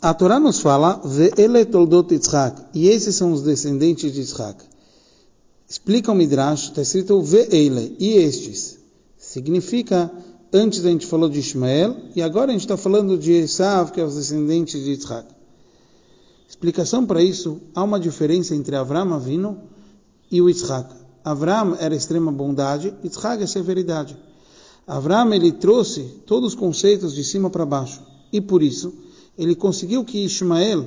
A Torá nos fala, Ve'ele toldot Yitzhak, e esses são os descendentes de Yitzhak. Explica o Midrash, está escrito Ve'ele, e estes. Significa, antes a gente falou de Ishmael, e agora a gente está falando de Esav, que é os descendentes de Yitzhak. Explicação para isso, há uma diferença entre Avram Avinu e o Yitzhak. Avram era extrema bondade, Yitzhak é severidade. Avram, ele trouxe todos os conceitos de cima para baixo, e por isso, ele conseguiu que Ishmael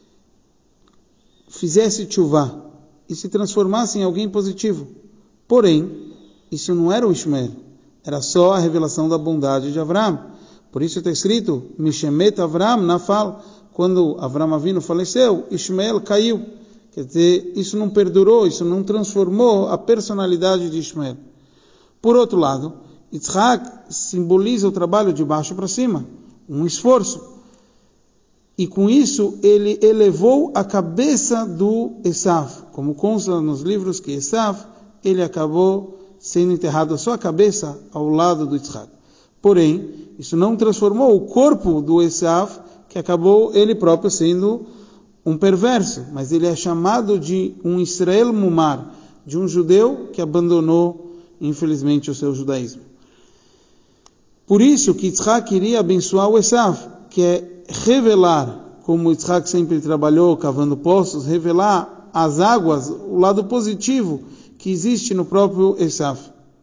fizesse tchuvá e se transformasse em alguém positivo. Porém, isso não era o Ishmael, era só a revelação da bondade de Avram. Por isso está escrito, Mishemet Avram Nafal, quando Avram Avinu faleceu, Ishmael caiu. Quer dizer, isso não perdurou, isso não transformou a personalidade de Ishmael. Por outro lado, Yitzhak simboliza o trabalho de baixo para cima, um esforço. E com isso, ele elevou a cabeça do Esav. Como consta nos livros que Esav, ele acabou sendo enterrado a sua cabeça ao lado do Yitzhak. Porém, isso não transformou o corpo do Esav, que acabou ele próprio sendo um perverso. Mas ele é chamado de um Israel Mumar, de um judeu que abandonou, infelizmente, o seu judaísmo. Por isso que Yitzhak queria abençoar o Esav, que é revelar, como Yitzhak sempre trabalhou cavando poços, revelar as águas, o lado positivo que existe no próprio Esav.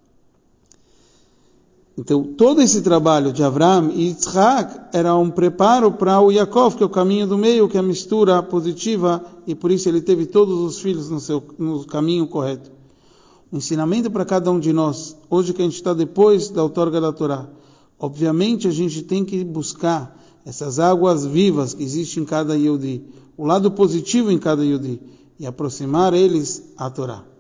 Então, todo esse trabalho de Avram e Yitzhak era um preparo para o Yaakov, que é o caminho do meio, que é a mistura positiva, e por isso ele teve todos os filhos no caminho correto. Um ensinamento para cada um de nós, hoje que a gente está depois da outorga da Torá. Obviamente a gente tem que buscar essas águas vivas que existem em cada Yehudi, o lado positivo em cada Yehudi, e aproximar eles à Torá.